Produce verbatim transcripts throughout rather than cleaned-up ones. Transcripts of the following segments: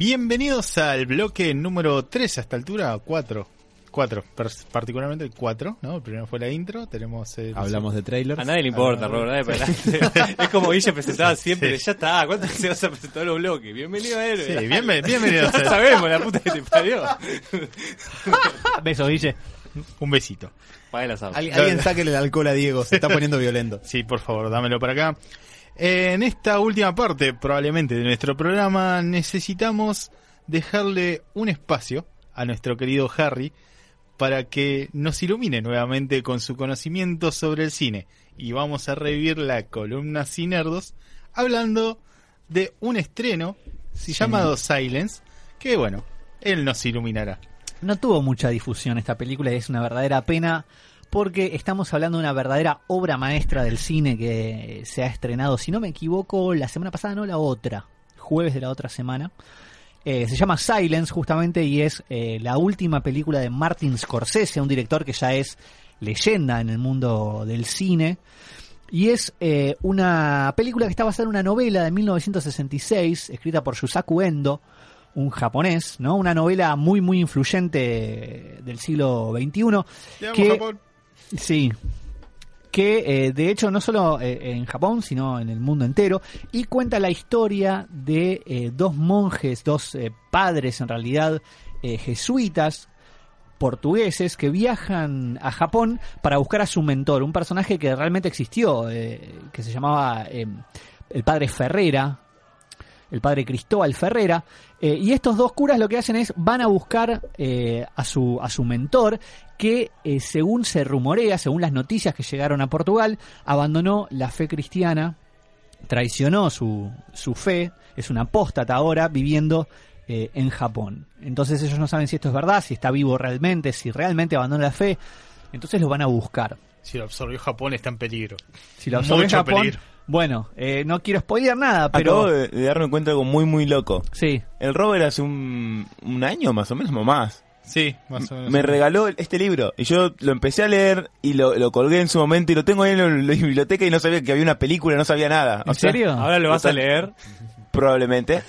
Bienvenidos al bloque número tres a esta altura, cuatro. cuatro, particularmente el cuatro, ¿no? El primero fue la intro, tenemos... El... Hablamos de trailers. A nadie le importa, Robert, ¿verdad? Es como Guille presentaba siempre, sí. Ya está, ¿cuánto se vas a presentar los bloques? Bienvenido a Héroe. Sí, bienven, bienvenido. Ya sabemos, la puta que te parió. Beso, Guille. Un besito. Al, alguien sáquele el alcohol a Diego, se está poniendo violento. Sí, por favor, dámelo para acá. Eh, en esta última parte, probablemente, de nuestro programa, necesitamos dejarle un espacio a nuestro querido Harry para que nos ilumine nuevamente con su conocimiento sobre el cine. Y vamos a revivir la columna Cinerdos hablando de un estreno sí. llamado Silence, que bueno, él nos iluminará. No tuvo mucha difusión esta película y es una verdadera pena porque estamos hablando de una verdadera obra maestra del cine que se ha estrenado, si no me equivoco, la semana pasada, no la otra, jueves de la otra semana. Eh, se llama Silence justamente y es eh, la última película de Martin Scorsese, un director que ya es leyenda en el mundo del cine. Y es eh, una película que está basada en una novela de mil novecientos sesenta y seis, escrita por Yusaku Endo, un japonés, ¿no? Una novela muy muy influyente del siglo veintiuno. Que, Japón. Sí. Que eh, de hecho no solo eh, en Japón, sino en el mundo entero, y cuenta la historia de eh, dos monjes, dos eh, padres en realidad, eh, jesuitas, portugueses, que viajan a Japón para buscar a su mentor, un personaje que realmente existió, eh, que se llamaba eh, el padre Ferrera, el padre Cristóbal Ferrera, eh, y estos dos curas lo que hacen es, van a buscar eh, a su a su mentor, que eh, según se rumorea, según las noticias que llegaron a Portugal, abandonó la fe cristiana, traicionó su, su fe, es un apóstata ahora, viviendo eh, en Japón. Entonces ellos no saben si esto es verdad, si está vivo realmente, si realmente abandonó la fe, entonces lo van a buscar. Si lo absorbió Japón está en peligro. Si lo absorbió Mucho Japón... peligro. Bueno, eh, no quiero spoilear nada, pero... Acabo de, de darme cuenta de algo muy, muy loco. Sí. El Robert hace un, un año más o menos, o más. Sí, más o menos. Me regaló este libro y yo lo empecé a leer y lo, lo colgué en su momento y lo tengo ahí en la, la biblioteca y no sabía que había una película, no sabía nada. ¿En o serio? Sea, ¿ahora lo vas a leer? Probablemente.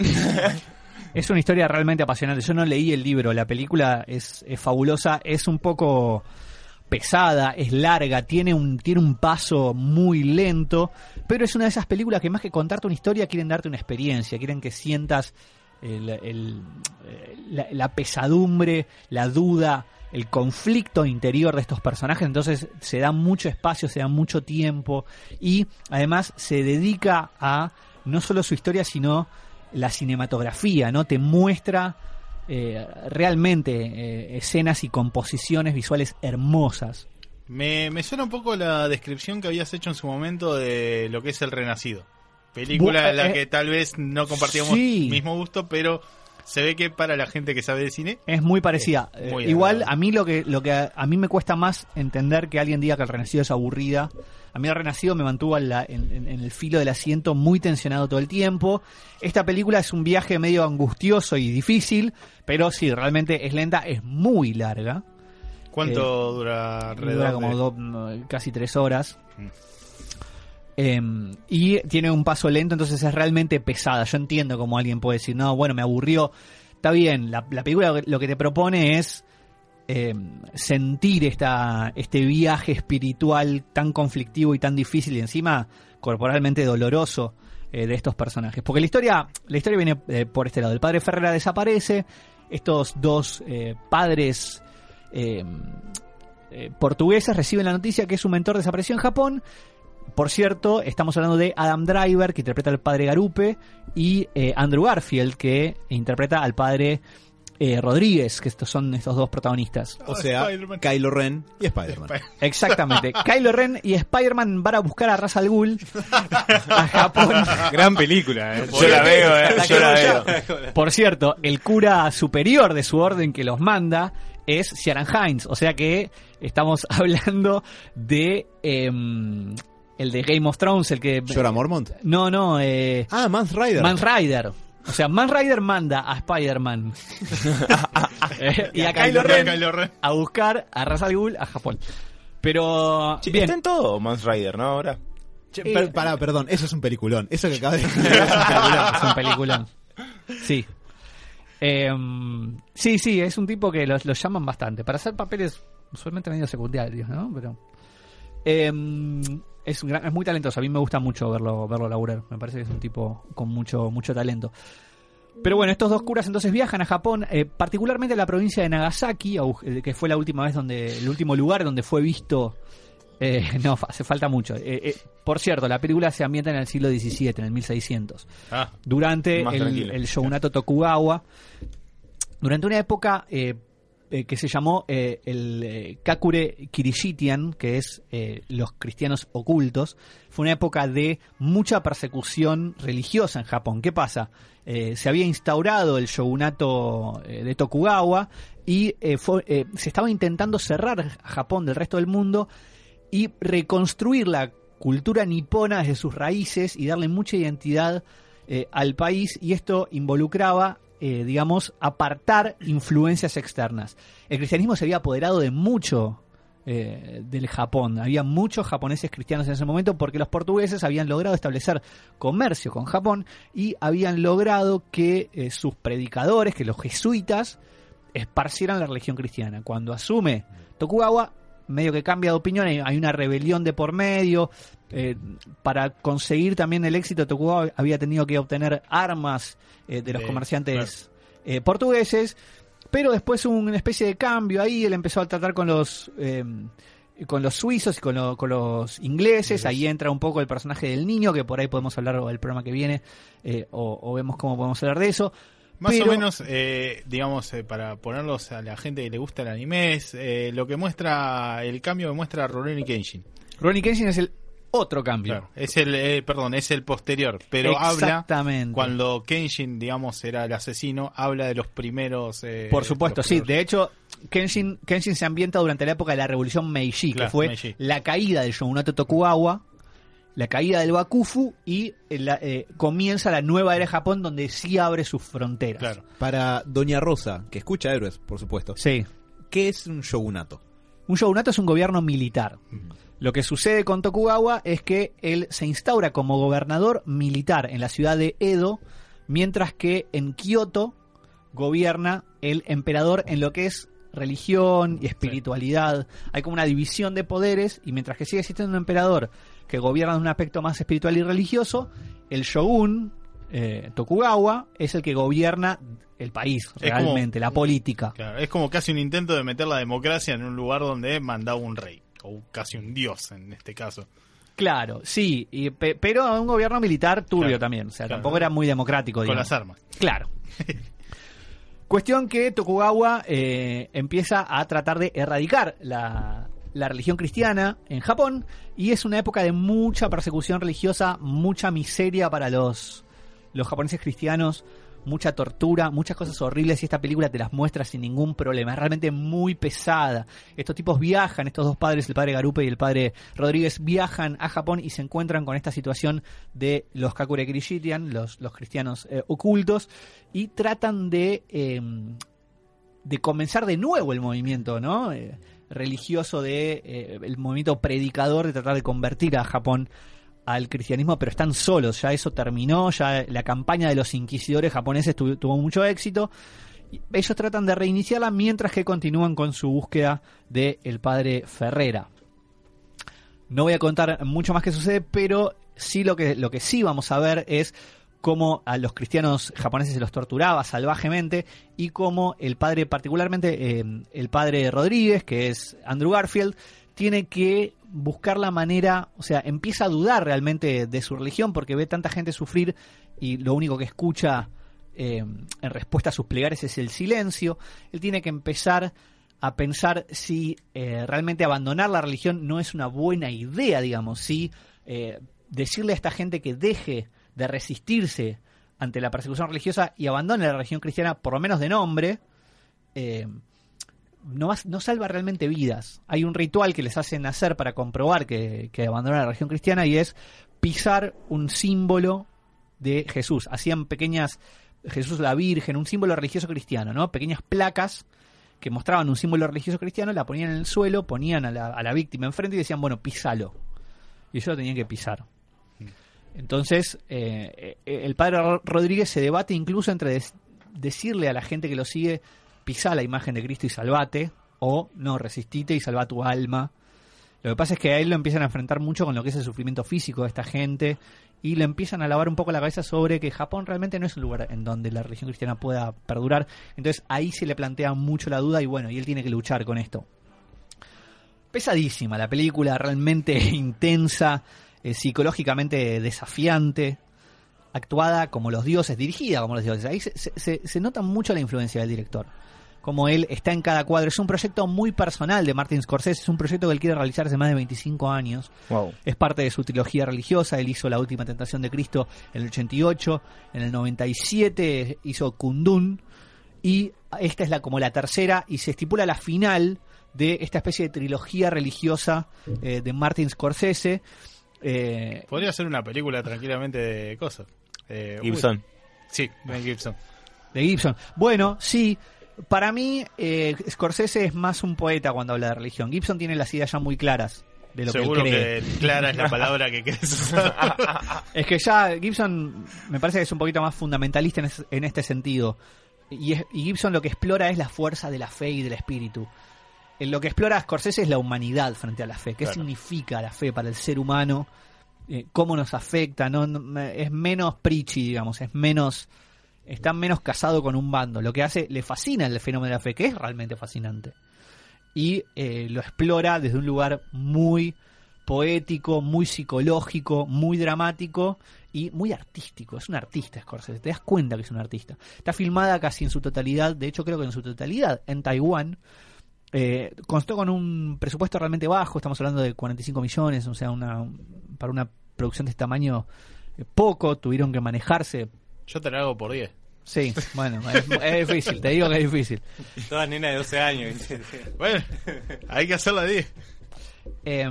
Es una historia realmente apasionante. Yo no leí el libro, la película es, es fabulosa, es un poco... pesada, es larga, tiene un tiene un paso muy lento, pero es una de esas películas que más que contarte una historia quieren darte una experiencia, quieren que sientas el, el, la, la pesadumbre, la duda, el conflicto interior de estos personajes. Entonces se da mucho espacio, se da mucho tiempo y además se dedica a no solo su historia sino la cinematografía, ¿no? Te muestra Eh, realmente eh, escenas y composiciones visuales hermosas. Me, me suena un poco la descripción que habías hecho en su momento de lo que es El Renacido. Película en la eh, que tal vez no compartíamos sí. el mismo gusto, pero se ve que para la gente que sabe de cine es muy parecida. Es muy eh, igual a mí lo que lo que a, a mí me cuesta más entender que alguien diga que El Renacido es aburrida. A mí El Renacido me mantuvo en, la, en, en el filo del asiento, muy tensionado todo el tiempo. Esta película es un viaje medio angustioso y difícil, pero sí, realmente es lenta, es muy larga. ¿Cuánto eh, dura alrededor? Dura como de... do, casi tres horas. Mm. Eh, y tiene un paso lento, entonces es realmente pesada. Yo entiendo cómo alguien puede decir, no, bueno, me aburrió. Está bien, la, la película lo que te propone es eh, sentir esta este viaje espiritual tan conflictivo y tan difícil y encima corporalmente doloroso eh, de estos personajes. Porque la historia la historia viene eh, por este lado. El padre Ferrera desaparece, estos dos eh, padres eh, eh, portugueses reciben la noticia que su mentor desapareció en Japón. Por cierto, estamos hablando de Adam Driver, que interpreta al padre Garupe, y eh, Andrew Garfield, que interpreta al padre eh, Rodríguez, que estos son estos dos protagonistas. O sea, Spider-Man. Kylo Ren y Spider-Man. Exactamente. Kylo Ren y Spider-Man van a buscar a Ra's al Ghul a Japón. Gran película, ¿eh? Yo la veo, ¿eh? Yo la veo. Por cierto, el cura superior de su orden que los manda es Ciarán Hinds. O sea que estamos hablando de... Eh, el de Game of Thrones, el que... ¿Jorah Mormont? No, no. Eh, ah, Mance Rider. Mance Rider. O sea, Mance Rider manda a Spider-Man eh, y a Kylo Ren, Kylo Ren a buscar a Ra's al Ghul a Japón. Pero... Sí, bien. Está en todo Mance Rider, ¿no? Ahora. Che, eh, per, pará, perdón, eso es un peliculón. Eso que acaba de decir es un peliculón. Es un peliculón. Sí. Eh, sí, sí, es un tipo que los, los llaman bastante. Para hacer papeles usualmente medio secundarios, ¿no? Pero eh, es, un gran, es muy talentoso. A mí me gusta mucho verlo verlo laburar. Me parece que es un tipo con mucho mucho talento. Pero bueno, estos dos curas entonces viajan a Japón, eh, particularmente a la provincia de Nagasaki, que fue la última vez donde, el último lugar donde fue visto. Eh, no, hace falta mucho. Eh, eh, por cierto, la película se ambienta en el siglo diecisiete, en el mil seiscientos. Ah, durante el, el shogunato Tokugawa. Durante una época eh, eh, que se llamó eh, el eh, Kakure Kirishitian, que es eh, los cristianos ocultos. Fue una época de mucha persecución religiosa en Japón. ¿Qué pasa? Eh, se había instaurado el shogunato eh, de Tokugawa y eh, fue, eh, se estaba intentando cerrar a Japón del resto del mundo y reconstruir la cultura nipona desde sus raíces y darle mucha identidad eh, al país, y esto involucraba, eh, digamos, apartar influencias externas. El cristianismo se había apoderado de mucho eh, del Japón. Había muchos japoneses cristianos en ese momento porque los portugueses habían logrado establecer comercio con Japón y habían logrado que eh, sus predicadores, que los jesuitas, esparcieran la religión cristiana. Cuando asume Tokugawa, medio que cambia de opinión, hay una rebelión de por medio. Eh, para conseguir también el éxito, Tokugawa había tenido que obtener armas eh, de los eh, comerciantes claro. eh, portugueses, pero después hubo una especie de cambio ahí. Él empezó a tratar con los eh, con los suizos y con, lo, con los ingleses. Sí. Ahí entra un poco el personaje del niño, que por ahí podemos hablar el programa que viene, eh, o, o vemos cómo podemos hablar de eso. Más Pero, o menos, eh, digamos, eh, para ponerlos a la gente que le gusta el anime, es eh, lo que muestra, el cambio que muestra Rurouni Kenshin. Rurouni Kenshin es el otro cambio. Claro, es el, eh, perdón, es el posterior, pero habla, cuando Kenshin, digamos, era el asesino, habla de los primeros... Eh, Por supuesto, sí. De hecho, Kenshin, Kenshin se ambienta durante la época de la Revolución Meiji, claro, que fue Meiji. La caída del shogunato Tokugawa, la caída del Bakufu y la, eh, comienza la nueva era de Japón, donde sí abre sus fronteras. Claro. Para Doña Rosa, que escucha Héroes, por supuesto. Sí. ¿Qué es un shogunato? Un shogunato es un gobierno militar. Uh-huh. Lo que sucede con Tokugawa es que él se instaura como gobernador militar en la ciudad de Edo, mientras que en Kioto gobierna el emperador en lo que es religión y espiritualidad. Sí. Hay como una división de poderes, y mientras que sigue existiendo un emperador que gobierna en un aspecto más espiritual y religioso, el shogun eh, Tokugawa es el que gobierna el país, es realmente, como, la política. Claro, es como casi un intento de meter la democracia en un lugar donde mandaba un rey, o casi un dios en este caso. Claro, sí, y, pe, pero un gobierno militar turbio, claro, también, o sea, claro, tampoco era muy democrático. Con digamos. Las armas. Claro. Cuestión que Tokugawa eh, empieza a tratar de erradicar la, la religión cristiana en Japón, y es una época de mucha persecución religiosa, mucha miseria para los, los japoneses cristianos, mucha tortura, muchas cosas horribles, y esta película te las muestra sin ningún problema. Es realmente muy pesada. Estos tipos viajan, estos dos padres, el padre Garupe y el padre Rodríguez, viajan a Japón y se encuentran con esta situación de los Kakure Kirishitian, los, los cristianos eh, ocultos, y tratan de, eh, de comenzar de nuevo el movimiento, ¿no? Eh, religioso, de eh, el movimiento predicador, de tratar de convertir a Japón al cristianismo, pero están solos. Ya eso terminó, ya la campaña de los inquisidores japoneses tu, tuvo mucho éxito. Ellos tratan de reiniciarla mientras que continúan con su búsqueda del padre Ferrera. No voy a contar mucho más que sucede, pero sí lo que, lo que sí vamos a ver es cómo a los cristianos japoneses se los torturaba salvajemente, y cómo el padre, particularmente eh, el padre Rodríguez, que es Andrew Garfield, tiene que buscar la manera, o sea, empieza a dudar realmente de su religión porque ve tanta gente sufrir y lo único que escucha eh, en respuesta a sus plegares es el silencio. Él tiene que empezar a pensar si eh, realmente abandonar la religión no es una buena idea, digamos, si eh, decirle a esta gente que deje de resistirse ante la persecución religiosa y abandone la religión cristiana, por lo menos de nombre, eh, No, va, no salva realmente vidas. Hay un ritual que les hacen hacer para comprobar que, que abandonan la religión cristiana, y es pisar un símbolo de Jesús. Hacían pequeñas, Jesús la Virgen, un símbolo religioso cristiano, ¿no? Pequeñas placas que mostraban un símbolo religioso cristiano, la ponían en el suelo, ponían a la, a la víctima enfrente y decían, bueno, písalo. Y ellos lo tenían que pisar. Entonces, eh, el padre Rodríguez se debate incluso entre des- decirle a la gente que lo sigue, pisá la imagen de Cristo y salvate, o no, resistite y salva tu alma. Lo que pasa es que a él lo empiezan a enfrentar mucho con lo que es el sufrimiento físico de esta gente y le empiezan a lavar un poco la cabeza sobre que Japón realmente no es un lugar en donde la religión cristiana pueda perdurar. Entonces ahí se le plantea mucho la duda y bueno, y él tiene que luchar con esto. Pesadísima la película, realmente intensa, eh, psicológicamente desafiante, actuada como los dioses, dirigida como los dioses. Ahí se, se, se nota mucho la influencia del director. Como él está en cada cuadro. Es un proyecto muy personal de Martin Scorsese. Es un proyecto que él quiere realizar hace más de veinticinco años. Wow. Es parte de su trilogía religiosa. Él hizo La Última Tentación de Cristo en el ochenta y ocho. En el noventa y siete hizo Kundun. Y esta es la como la tercera. Y se estipula la final de esta especie de trilogía religiosa eh, de Martin Scorsese. Eh, Podría ser una película tranquilamente de cosas. Eh, Gibson. uy. Sí, Mel Gibson. De Gibson. Bueno, sí. Para mí, eh, Scorsese es más un poeta cuando habla de religión. Gibson tiene las ideas ya muy claras de lo Seguro que él cree. que clara es la palabra que querés usar. Es que ya Gibson me parece que es un poquito más fundamentalista en, es, en este sentido. Y, es, y Gibson lo que explora es la fuerza de la fe y del espíritu. En lo que explora Scorsese es la humanidad frente a la fe. ¿Qué claro. significa la fe para el ser humano? Eh, ¿Cómo nos afecta? No, no, es menos preachy, digamos, es menos... Está menos casado con un bando. Lo que hace, le fascina el fenómeno de la fe, que es realmente fascinante. Y eh, lo explora desde un lugar muy poético, muy psicológico, muy dramático y muy artístico. Es un artista Scorsese, te das cuenta que es un artista. Está filmada casi en su totalidad, de hecho creo que en su totalidad, en Taiwán. Eh, constó con un presupuesto realmente bajo, estamos hablando de cuarenta y cinco millones, o sea, una para una producción de este tamaño eh, poco, tuvieron que manejarse. Yo te lo hago por diez. Sí, bueno, es, es difícil, te digo que es difícil. Todas nenas de doce años. Bueno, hay que hacerla diez. Eh,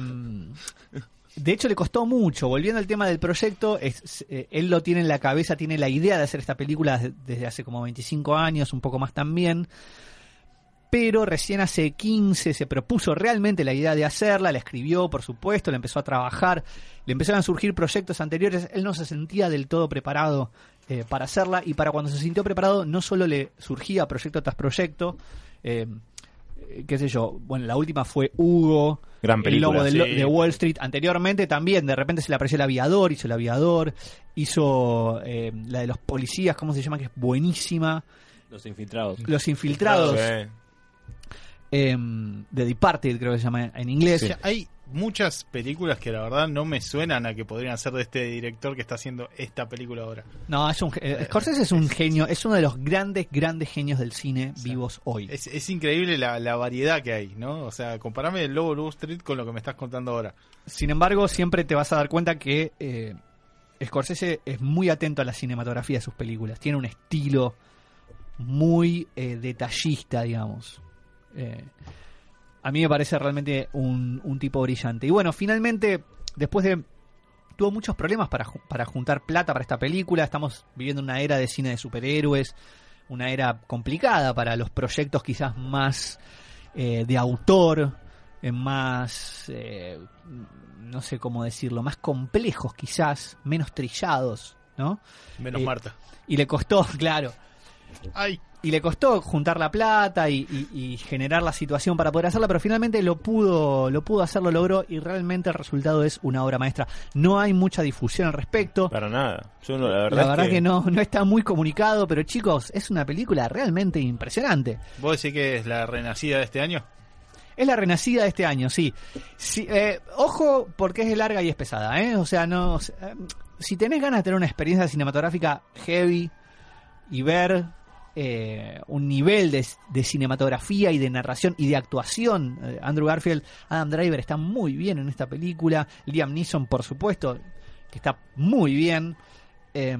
de hecho, le costó mucho. Volviendo al tema del proyecto, es, eh, él lo tiene en la cabeza, tiene la idea de hacer esta película desde, desde hace como veinticinco años, un poco más también. Pero recién hace quince se propuso realmente la idea de hacerla, la escribió, por supuesto, la empezó a trabajar, le empezaron a surgir proyectos anteriores, él no se sentía del todo preparado eh, para hacerla, y para cuando se sintió preparado no solo le surgía proyecto tras proyecto, eh, qué sé yo, bueno, la última fue Hugo, gran película, El Lobo de, sí. de Wall Street, anteriormente también, de repente se le apareció El Aviador, hizo El Aviador, hizo eh, la de los policías, ¿cómo se llama? Que es buenísima. Los Infiltrados. Los Infiltrados. Sí. Eh, The Departed creo que se llama en inglés. Sí. Hay muchas películas que la verdad no me suenan a que podrían ser de este director que está haciendo esta película ahora. No, es un eh, Scorsese es un genio, es uno de los grandes, grandes genios del cine, o sea, vivos hoy. Es, es increíble la, la variedad que hay, ¿no? O sea, comparame El Lobo de Wall Street con lo que me estás contando ahora. Sin embargo, siempre te vas a dar cuenta que eh, Scorsese es muy atento a la cinematografía de sus películas. Tiene un estilo muy eh, detallista, digamos. Eh, a mí me parece realmente un, un tipo brillante. Y bueno, finalmente, después de... Tuvo muchos problemas para, para juntar plata para esta película. Estamos viviendo una era de cine de superhéroes, una era complicada para los proyectos quizás más eh, de autor, eh, más... Eh, no sé cómo decirlo, más complejos quizás, menos trillados, ¿no? Menos eh, Marta. Y le costó, claro... Ay. Y le costó juntar la plata y, y, y generar la situación para poder hacerla, pero finalmente lo pudo, lo pudo hacer, lo logró, y realmente el resultado es una obra maestra. No hay mucha difusión al respecto. Para nada. Yo no, la verdad, la verdad es que... que no, no está muy comunicado, pero chicos, es una película realmente impresionante. ¿Vos decís que es la renacida de este año? Es la renacida de este año, sí. sí eh, ojo, porque es larga y es pesada, ¿eh? O sea, no, eh, si tenés ganas de tener una experiencia cinematográfica heavy y ver eh, un nivel de, de cinematografía y de narración y de actuación, eh, Andrew Garfield, Adam Driver está muy bien en esta película, Liam Neeson, por supuesto, que está muy bien. Eh,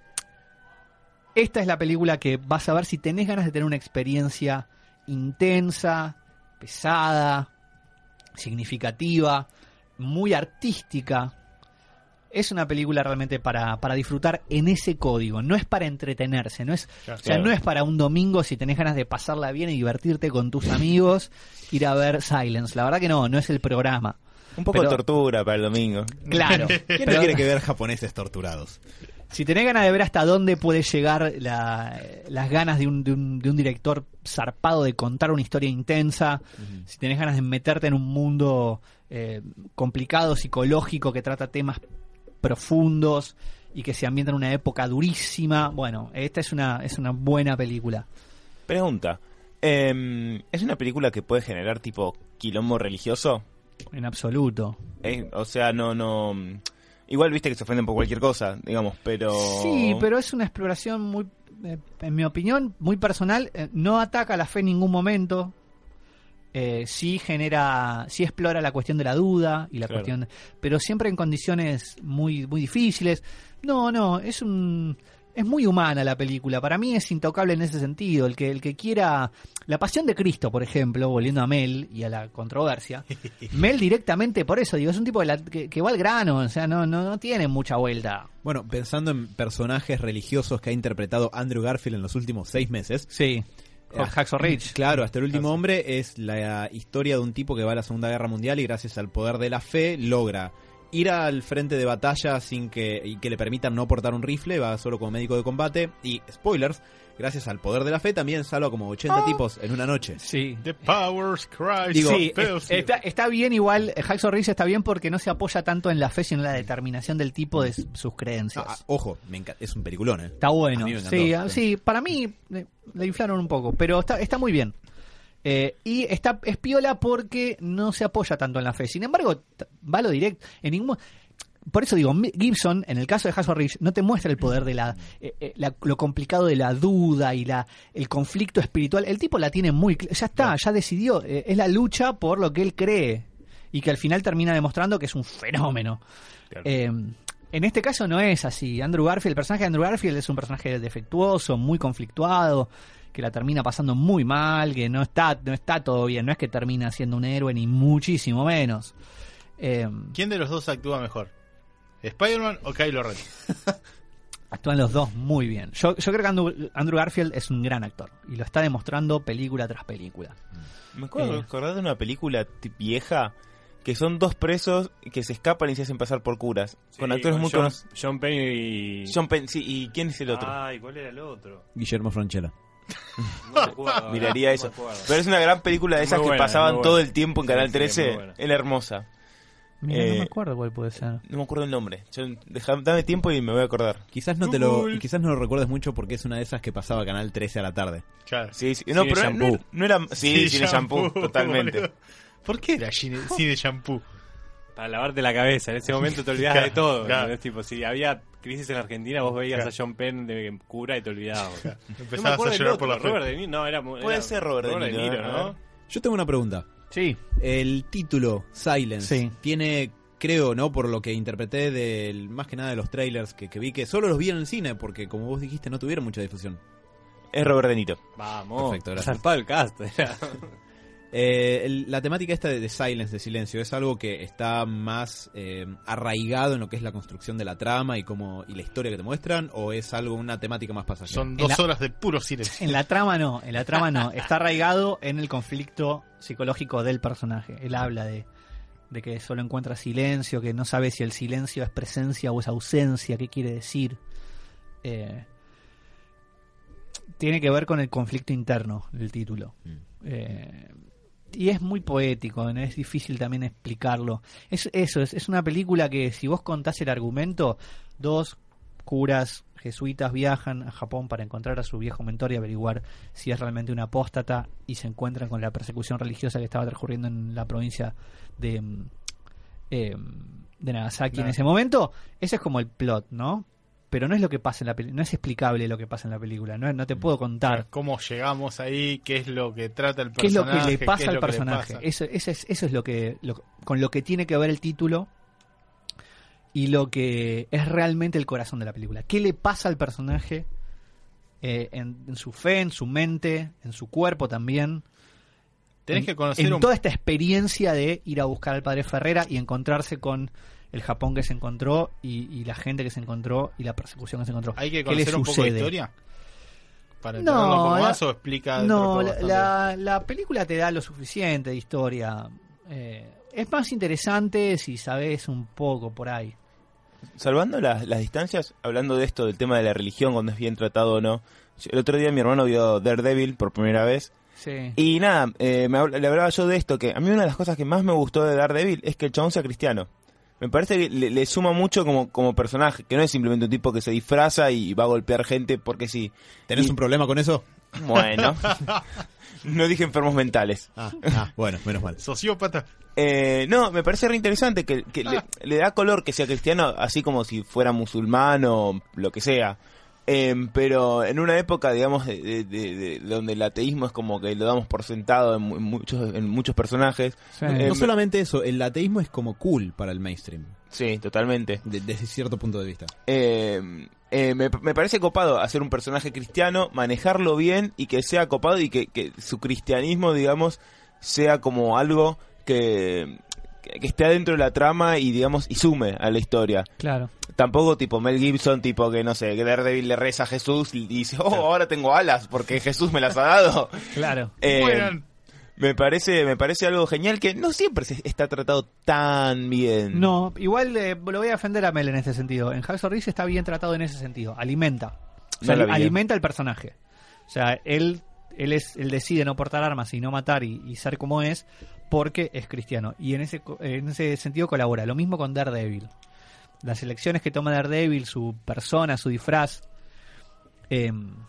esta es la película que vas a ver si tenés ganas de tener una experiencia intensa, pesada, significativa, muy artística. Es una película realmente para, para disfrutar en ese código, no es para entretenerse, no es, claro, o sea, claro. no es para un domingo si tenés ganas de pasarla bien y divertirte con tus amigos, ir a ver Silence. La verdad que no, no es el programa. Un poco Pero- de tortura para el domingo. Claro. ¿Quién pero- no quiere que ver japoneses torturados? Si tenés ganas de ver hasta dónde puede llegar la, las ganas de un, de, un, de un director zarpado de contar una historia intensa, uh-huh. si tenés ganas de meterte en un mundo eh, complicado, psicológico, que trata temas profundos y que se ambienta en una época durísima, bueno, esta es una, es una buena película. Pregunta, eh, ¿es una película que puede generar tipo quilombo religioso? En absoluto. Eh, o sea, no, no... Igual viste que se ofenden por cualquier cosa, digamos, pero... Sí, pero es una exploración muy, eh, en mi opinión, muy personal. Eh, no ataca la fe en ningún momento. Eh, sí genera, sí explora la cuestión de la duda y la claro. cuestión, pero siempre en condiciones muy, muy difíciles. No, no, es un... Es muy humana la película, para mí es intocable en ese sentido. El que el que quiera... La Pasión de Cristo, por ejemplo, volviendo a Mel y a la controversia, Mel directamente, por eso digo, es un tipo de la, que, que va al grano, o sea, no, no, no tiene mucha vuelta. Bueno, pensando en personajes religiosos que ha interpretado Andrew Garfield en los últimos seis meses. Sí, eh, Hacksaw Ridge. Claro, Hasta el último hombre es la historia de un tipo que va a la Segunda Guerra Mundial y gracias al poder de la fe logra ir al frente de batalla sin que y que le permitan no portar un rifle, va solo como médico de combate y, spoilers, gracias al poder de la fe también salva como ochenta oh. tipos en una noche. Sí. The powers Christ. Digo, sí, es, está, está bien igual, Hacksaw Ridge está bien porque no se apoya tanto en la fe sino en la determinación del tipo de sus creencias. Ah, ojo, me enca- es un peliculón, ¿eh? Está bueno. Me sí, sí, para mí eh, le inflaron un poco, pero está, está muy bien. Eh, y está es piola porque no se apoya tanto en la fe. Sin embargo, t- va a lo directo. En ningún... Por eso digo, Gibson, en el caso de Hacksaw Ridge, no te muestra el poder de la, eh, eh, la lo complicado de la duda y la el conflicto espiritual. El tipo la tiene muy... Ya está, ya decidió. Eh, es la lucha por lo que él cree. Y que al final termina demostrando que es un fenómeno. Claro. Eh, en este caso no es así. Andrew Garfield, el personaje de Andrew Garfield es un personaje defectuoso, muy conflictuado, que la termina pasando muy mal, que no está no está todo bien, no es que termina siendo un héroe ni muchísimo menos. Eh, ¿Quién de los dos actúa mejor? ¿Spider-Man o Kylo Ren? Actúan los dos muy bien. Yo, yo creo que Andrew, Andrew Garfield es un gran actor y lo está demostrando película tras película. Me acuerdo, Eh. acordás de una película t- vieja que son dos presos que se escapan y se hacen pasar por curas, Sí, con actores con muy John, conocidos. John Penn y... John Penn, sí, ¿y quién es el otro? Ay, ¿cuál era el otro? Guillermo Francella. No me acuerdo, Miraría no eso. me acuerdo. Pero es una gran película de esas Muy que buena, pasaban muy todo buena. el tiempo en Sí, Canal sí, trece. muy buena. Era hermosa. Mira, no Eh, me acuerdo cuál puede ser. No me acuerdo el nombre. Yo, deja- dame tiempo y me voy a acordar. Quizás no te lo Google. quizás no lo recuerdes mucho porque es una de esas que pasaba Canal trece a la tarde. Claro. Sí, sí. No, Cine pero no, shampoo. no era... Sí, cine shampoo, totalmente. boludo. ¿Por qué era cine, cine shampoo? Para lavarte la cabeza, en ese momento te olvidabas de todo. Claro. ¿Entendés? Tipo, si había crisis en Argentina, vos veías Claro. a John Penn de cura y te olvidabas. No me Empezabas acuerdo a del llorar otro, por la fe. Robert De Niro, no, era, Puede era ser Robert De Niro, Niro, ¿eh? ¿no? Yo tengo una pregunta. Sí. El título Silence Sí. tiene, creo, ¿no? Por lo que interpreté del más que nada de los trailers que, que vi, que solo los vi en el cine porque como vos dijiste no tuvieron mucha difusión. Es Robert De Niro. Vamos, Perfecto, gracias. zarpado el cast. Era. Eh, el- la temática esta de, de Silence, de silencio, ¿es algo que está más eh, arraigado en lo que es la construcción de la trama y cómo y la historia que te muestran? ¿O es algo, una temática más pasajera? Son En dos la- horas de puro silencio. En la trama no, en la trama no. Está arraigado en el conflicto psicológico del personaje. Él habla de, de que solo encuentra silencio, que no sabe si el silencio es presencia o es ausencia, qué quiere decir. Eh, tiene que ver con el conflicto interno del título. Mm. Eh, y es muy poético, ¿no? Es difícil también explicarlo. Es eso, es, es una película que si vos contás el argumento, dos curas jesuitas viajan a Japón para encontrar a su viejo mentor y averiguar si es realmente un apóstata y se encuentran con la persecución religiosa que estaba transcurriendo en la provincia de, mm, eh, de Nagasaki en ese momento. Ese es como el plot, ¿no? Pero no es lo que pasa en la película, no es explicable lo que pasa en la película, no, no te puedo contar ¿Cómo llegamos ahí? ¿Qué es lo que trata el qué es lo personaje? que le ¿Qué pasa es al lo que le personaje. pasa? Eso, eso es, eso es lo que lo- con lo que tiene que ver el título y lo que es realmente el corazón de la película. ¿Qué le pasa al personaje eh, en, en su fe, en su mente, en su cuerpo también? Tenés en, que conocer en un... toda esta experiencia de ir a buscar al padre Ferrera y encontrarse con el Japón que se encontró y, y la gente que se encontró y la persecución que se encontró. Hay que ¿Qué le conocer un poco de sucede? historia para No, entenderlo un poco la- más o explica dentro No, de la, todo la, bastante? la película te da lo suficiente de historia. Eh, es más interesante si sabes un poco por ahí. salvando las, las distancias, hablando de esto, del tema de la religión, cuando es bien tratado o no. El otro día mi hermano vio Daredevil por primera vez. Sí. Y nada, eh, me, habl- le hablaba yo de esto, que a mí una de las cosas que más me gustó de Daredevil es que el chabón sea cristiano. Me parece que le, le suma mucho como, como personaje, que no es simplemente un tipo que se disfraza y va a golpear gente porque sí. ¿Tenés Y- un problema con eso? Bueno, no dije enfermos mentales. Ah, ah, bueno, menos mal. Sociópata. Eh, no, me parece re interesante que, que le, le da color que sea cristiano, así como si fuera musulmán o lo que sea. Eh, pero en una época, digamos, de, de- de- de- donde el ateísmo es como que lo damos por sentado en, mu- en muchos en muchos personajes. Sí. Eh, No solamente eso, el ateísmo es como cool para el mainstream, Sí, totalmente. de- desde cierto punto de vista. Eh, eh, me, me parece copado hacer un personaje cristiano, manejarlo bien y que sea copado y que, que su cristianismo, digamos, sea como algo que, que, que esté adentro de la trama y, digamos, y sume a la historia. Claro. Tampoco tipo Mel Gibson, tipo que, no sé, que Daredevil le reza a Jesús y dice, oh, ahora tengo alas porque Jesús me las ha dado. Claro. Eh, Mueran. me parece me parece algo genial que no siempre se está tratado tan bien. No, igual eh, lo voy a defender a Mel en ese sentido. En Hacksaw Ridge está bien tratado en ese sentido. Alimenta. O sea, No la vi. alimenta al personaje. O sea, él él es él decide no portar armas y no matar y, y ser como es porque es cristiano. Y en ese co- en ese sentido colabora. Lo mismo con Daredevil. Las elecciones que toma Daredevil, su persona, su disfraz. Eh,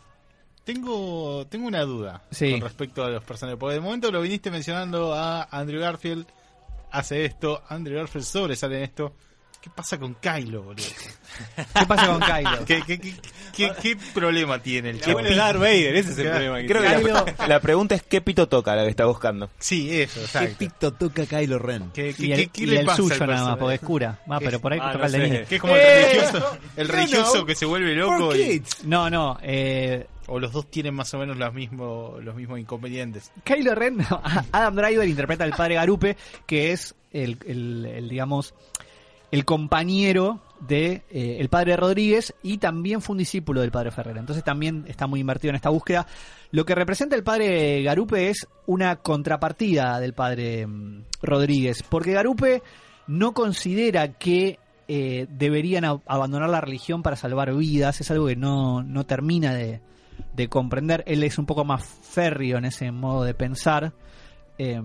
Tengo, tengo una duda Sí. con respecto a los personajes. Porque de momento lo viniste mencionando a Andrew Garfield. Hace esto. Andrew Garfield sobresale en esto. ¿Qué pasa con Kylo, boludo? ¿Qué pasa con Kylo? ¿Qué, qué, qué, qué- qué problema tiene el La chico? buena de Darth Vader, ese es el Claro. problema. que Creo que tiene. la, la pregunta es qué pito toca la que está buscando. Sí, eso, ¿Qué exacto. pito toca Kylo Ren? ¿Qué, qué- Y el, qué- qué y le el pasa al suyo nada más, personaje? porque es cura. Va, pero por ahí Ah, toca no el de sé. niño. Que es como el Eh, religioso, el no, religioso no. que se vuelve loco For y, kids. No, no. Eh, o los dos tienen más o menos los mismos, los mismos inconvenientes. Kylo Ren, no, Adam Driver interpreta al padre Garupe, que es el, el- el, digamos, el compañero de eh, el padre Rodríguez y también fue un discípulo del padre Ferrera. Entonces también está muy invertido en esta búsqueda. Lo que representa el padre Garupe es una contrapartida del padre mm, Rodríguez, porque Garupe no considera que eh, deberían a- abandonar la religión para salvar vidas. Es algo que no, no termina de, de comprender. Él es un poco más férreo en ese modo de pensar. Eh,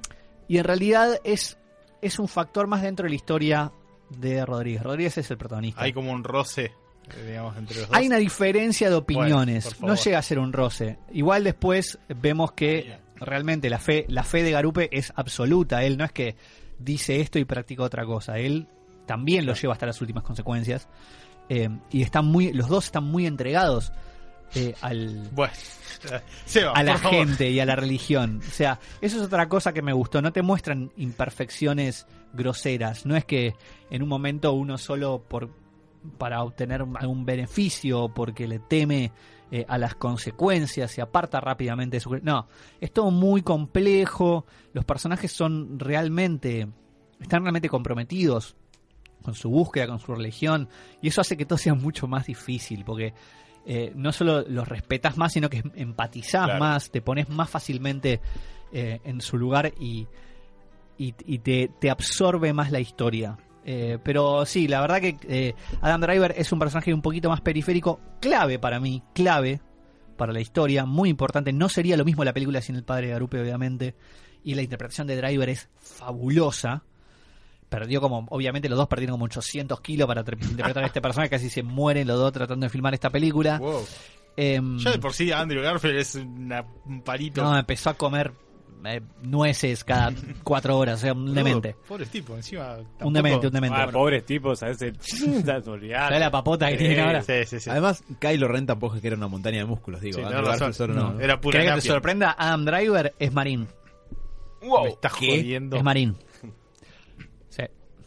y en realidad es, es un factor más dentro de la historia de Rodríguez. Rodríguez es el protagonista. Hay como un roce, eh, digamos, entre los dos. Hay una diferencia de opiniones. Bueno, por favor. No llega a ser un roce. Igual después vemos que realmente la fe, la fe de Garupe es absoluta. Él no es que dice esto y practica otra cosa. Él también lo lleva hasta las últimas consecuencias. Eh, y están muy, los dos están muy entregados eh, al, Bueno, Seba, a la por favor. gente y a la religión. O sea, eso es otra cosa que me gustó. No te muestran imperfecciones groseras. No es que en un momento uno solo por para obtener algún beneficio o porque le teme eh, a las consecuencias se aparta rápidamente de su... No, es todo muy complejo. Los personajes son realmente... están realmente comprometidos con su búsqueda, con su religión. Y eso hace que todo sea mucho más difícil porque... Eh, no solo los respetas más, sino que empatizás Claro. más, te pones más fácilmente eh, en su lugar y, y, y te, te absorbe más la historia. Eh, pero sí, la verdad que eh, Adam Driver es un personaje un poquito más periférico, clave para mí, clave para la historia, muy importante. No sería lo mismo la película sin el padre Garupe, obviamente, y la interpretación de Driver es fabulosa. Perdió como, obviamente los dos perdieron como ochocientos kilos para tre- interpretar a este personaje, casi se mueren los dos tratando de filmar esta película. Wow. Em, Ya de por sí Andrew Garfield es una- un palito. no, empezó a comer eh, nueces cada cuatro horas, o sea, un demente. Pobres tipos, encima. tampoco- Un demente, un demente. Ah, pobres tipos, a veces. ¿Sabes la papota que tiene ahora? Sí, sí, sí. Además, Kylo Ren tampoco es que era una montaña de músculos, digo. Sí, Andrew tenés razón. Garfield solo no. No, era pura ¿Querés que te napia. sorprenda? Adam Driver es marín. Me estás ¿Qué? jodiendo. Es marín. Sí.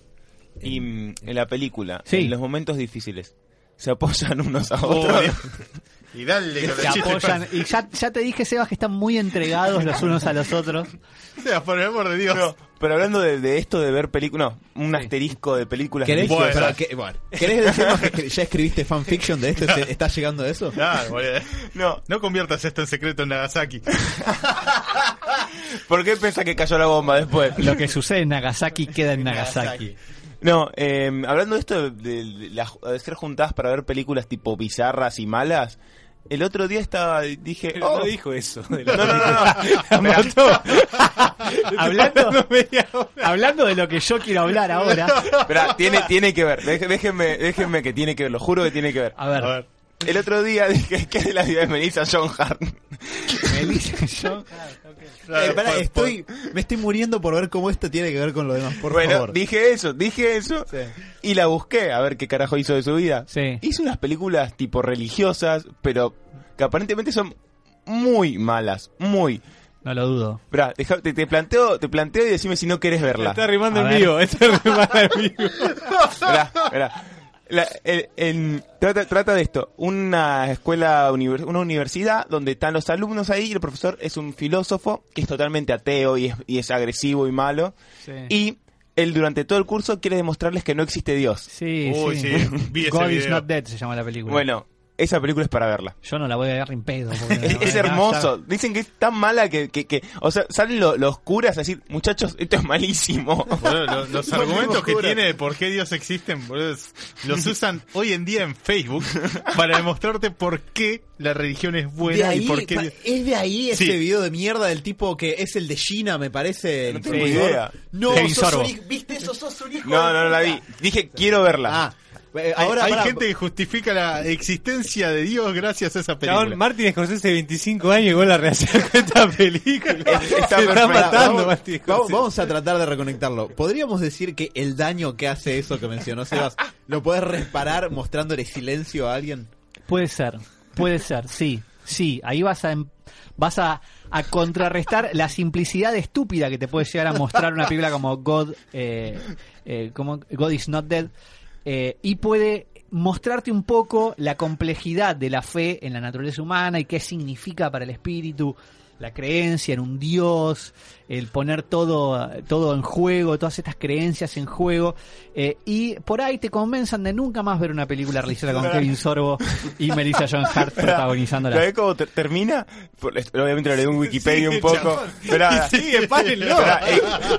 Y mm, en la película, Sí. en los momentos difíciles, se apoyan unos a Oh, otros. Dios. Y dale con Se el chiste. apoyan. Y ya, ya te dije, Sebas, que están muy entregados los unos a los otros. Seba, por el amor de Dios. No, pero hablando de, de esto de ver películas, no, un Sí. asterisco de películas. ¿Querés, de- Bueno. pero, ¿qué- bueno, ¿querés decirnos que escri- ya escribiste fanfiction de esto? ¿Te- ¿Estás llegando a eso? Claro, boludo. No, No conviertas esto en secreto en Nagasaki. ¿por qué pensás que cayó la bomba después? Lo que sucede en Nagasaki queda en Nagasaki. No, eh, hablando de esto de, de, de, las- de ser juntadas para ver películas tipo bizarras y malas, el otro día estaba, dije, Pero oh, no dijo eso. de no, la no, no, no. La mató. Hablando, media hora. hablando de lo que yo quiero hablar ahora. Esperá, tiene, tiene que ver, Dej- déjenme, déjenme que tiene que ver, lo juro que tiene que ver. A ver, A ver. El otro día dije, ¿qué es de la vida de Melissa John Hart? me dice yo. Eh, pará, Por- estoy, me estoy muriendo por ver cómo esto tiene que ver con lo demás, por bueno, favor. dije eso, dije eso, Sí. y la busqué a ver qué carajo hizo de su vida. Sí. Hizo unas películas tipo religiosas, pero que aparentemente son muy malas, muy. No lo dudo. Esperá, deja- te, te planteo, te planteo y decime si no querés verla. Está rimando A en ver. vivo. Está rimando en vivo. Esperá, esperá. La- el- en- trata, trata de esto, una escuela, univers- una universidad donde están los alumnos ahí y el profesor es un filósofo que es totalmente ateo y es, y es agresivo y malo. Sí. Y él durante todo el curso quiere demostrarles que no existe Dios. Sí, Uy, sí. sí, vi ese God is video. Not Dead se llama la película. Bueno, esa película es para verla. Yo no la voy a ver ni en pedo. porque Es, no- es no, hermoso. Dicen que es tan mala que, que, que o sea, salen lo- los curas a decir, muchachos, esto es malísimo. Boludo, lo- los No argumentos que locura. tiene de por qué Dios existen, boludo, es- los usan hoy en día en Facebook para demostrarte por qué la religión es De buena ahí, y por qué... pa- es de ahí ese Sí. video de mierda del tipo que es el de Gina, me parece. No el tengo profesor. idea. No, Kevin sos Sorbo. un hijo- ¿viste eso? Sos un hijo No, de no, no la puta. vi. Dije, quiero verla. Ah, eh, Hay, ahora hay pará, gente que justifica la existencia de Dios gracias a esa película. Chabón, Martin Scorsese de veinticinco años y vos la reacción con esta película. Está Se está perfecto. matando, vamos, Martin vamos, Scorsese. vamos a tratar de reconectarlo. ¿Podríamos decir que el daño que hace eso que mencionó Sebas lo puedes reparar mostrándole silencio a alguien? Puede ser, puede ser, sí, sí. Ahí vas a em- vas a, a contrarrestar la simplicidad estúpida que te puede llegar a mostrar una película como God, eh, eh, como God is Not Dead, eh, y puede mostrarte un poco la complejidad de la fe en la naturaleza humana y qué significa para el espíritu la creencia en un Dios, el poner todo, todo en juego, todas estas creencias en juego, eh, y por ahí te convenzan de nunca más ver una película religiosa con Kevin Sorbo y Melissa John Hart protagonizándola. ¿Sabés cómo ter- termina? Por- Obviamente lo leí en Wikipedia un poco. Esperá, Sigue, párenlo. esperá, eh,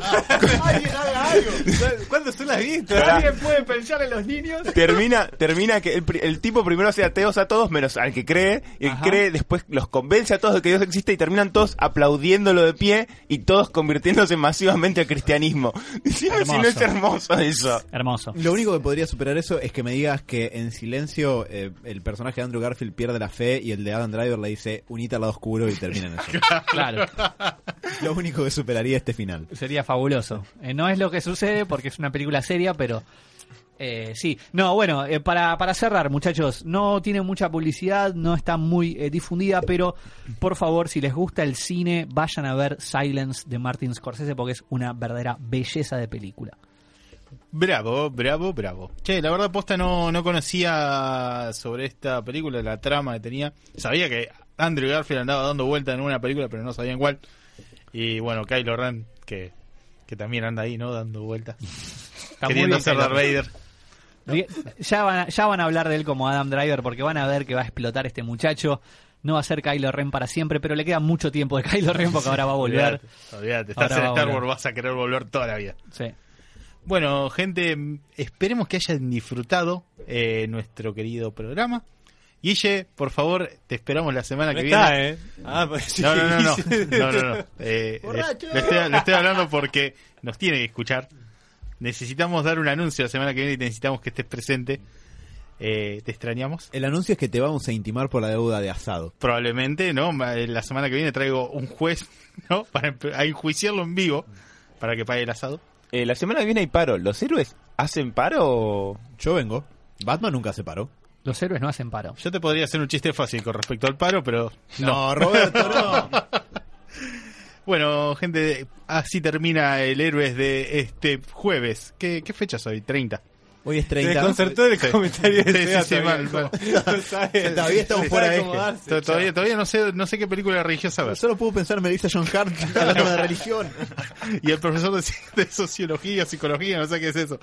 ¿Cuándo son las vistas? Esperá. ¿Alguien puede pensar en los niños? termina, termina que el, pri- el tipo primero hace ateos a todos, menos al que cree, y el Ajá. que cree después los convence a todos de que Dios existe y terminan todos aplaudiéndolo de pie y todos convirtiéndose masivamente al cristianismo. Decime si no es hermoso eso. Hermoso. Lo único que podría superar eso es que me digas que en silencio eh, el personaje de Andrew Garfield pierde la fe y el de Adam Driver le dice unite al lado oscuro y termina en eso. Claro, Lo único que superaría este final. sería fabuloso. Eh, no es lo que sucede porque es una película seria, pero eh, sí. No, bueno, eh, para, para cerrar, muchachos, no tiene mucha publicidad, no está muy eh, difundida, pero por favor, si les gusta el cine, vayan a ver Silence de Martin Scorsese porque es una verdadera belleza de película. Bravo, bravo, bravo. Che, la verdad posta no, no conocía sobre esta película, la trama que tenía. Sabía que Andrew Garfield andaba dando vueltas en una película, pero no sabía en cuál. Y bueno, Kylo Ren, que, que también anda ahí, ¿no? Dando vueltas. Está muy Queriendo bien, ser Kylo Darth Ren. Vader. Ya van, a, ya van a hablar de él como Adam Driver porque van a ver que va a explotar este muchacho. No va a ser Kylo Ren para siempre, pero le queda mucho tiempo de Kylo Ren porque ahora va a volver. Olvídate, olvídate. Estás Ahora en va a Star volver. Wars, vas a querer volver toda la vida. Sí. Bueno, gente, esperemos que hayan disfrutado eh, nuestro querido programa. Guille, por favor, te esperamos la semana No que está, viene. ¿eh? Ah, pues No, no, no, no, sí. no, no, no. Eh, ¡Borracho! le, le estoy, le estoy hablando porque nos tiene que escuchar. Necesitamos dar un anuncio la semana que viene y necesitamos que estés presente. Eh, ¿Te extrañamos? El anuncio es que te vamos a intimar por la deuda de asado. Probablemente, ¿no? Ma- La semana que viene traigo un juez, ¿no? Para empe- a enjuiciarlo en vivo para que pague el asado. Eh, la semana que viene hay paro. ¿Los héroes hacen paro o...? Yo vengo. Batman nunca se paró. Los héroes no hacen paro. Yo te podría hacer un chiste fácil con respecto al paro, pero no. Roberto, no. Bueno, gente, así termina el Héroes de este jueves. ¿Qué, qué fecha es hoy? treinta. Hoy es Se treinta. desconcertó el Sí. comentario de Sí, sí, Seba sí, todavía, mal, como- mal. no sabe- Todavía estamos no fuera sabe de cómo eje. darse, To- Todavía, chao. todavía no sé, no sé qué película religiosa ver. Solo puedo pensar en Melissa John Hart hablando de religión. Y el profesor de, de sociología, psicología, no sé qué es eso.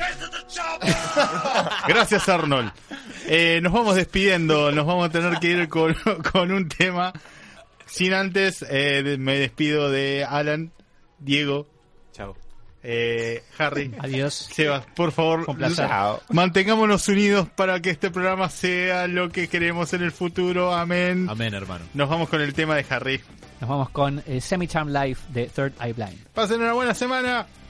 Gracias, Arnold. Eh, nos vamos despidiendo, nos vamos a tener que ir con, con un tema. Sin antes, eh, me despido de Alan, Diego, Chao. Eh, Harry, Adiós. Sebas, por favor, Un placer. Chao. mantengámonos unidos para que este programa sea lo que queremos en el futuro. Amén. Amén, hermano. Nos vamos con el tema de Harry. Nos vamos con eh, Semi-Charm Life de Third Eye Blind. Pasen una buena semana.